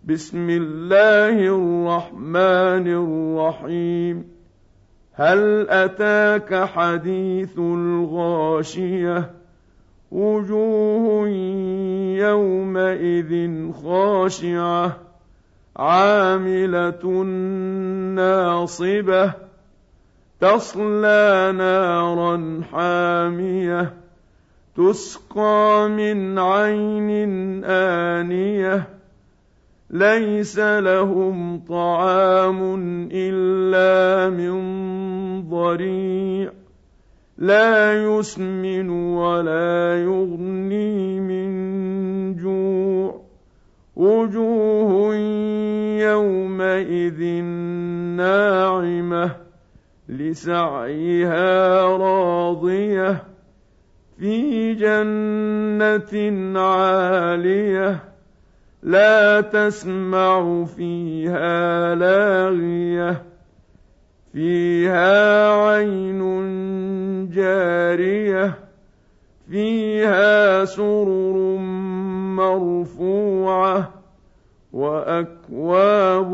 بسم الله الرحمن الرحيم. هل أتاك حديث الغاشية؟ وجوه يومئذ خاشعة عاملة ناصبة تصلى نارا حامية تسقى من عين آنية ليس لهم طعام إلا من ضريع لا يسمن ولا يغني من جوع وجوه يومئذ ناعمة لسعيها راضية في جنة عالية لا تسمع فيها لاغية فيها عين جارية فيها سرر مرفوعة وأكواب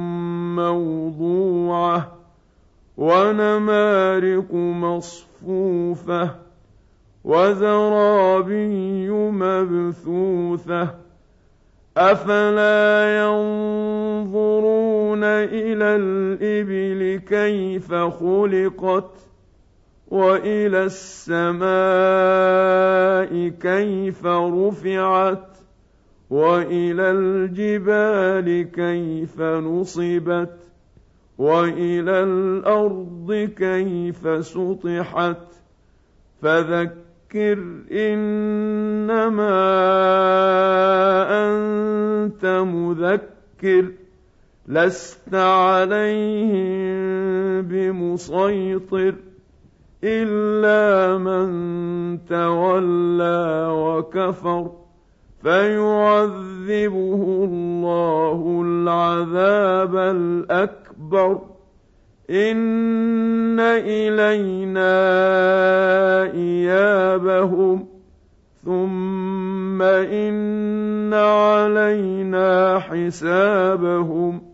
موضوعة ونمارق مصفوفة وزرابي مبثوثة أفلا ينظرون إلى الإبل كيف خلقت وإلى السماء كيف رفعت وإلى الجبال كيف نصبت وإلى الأرض كيف سطحت فذكر إنما أنت مذكر لست عليهم بمسيطر إلا من تولى وكفر فيعذبه الله العذاب الأكبر إن إلينا إيابهم ثم إن علينا حسابهم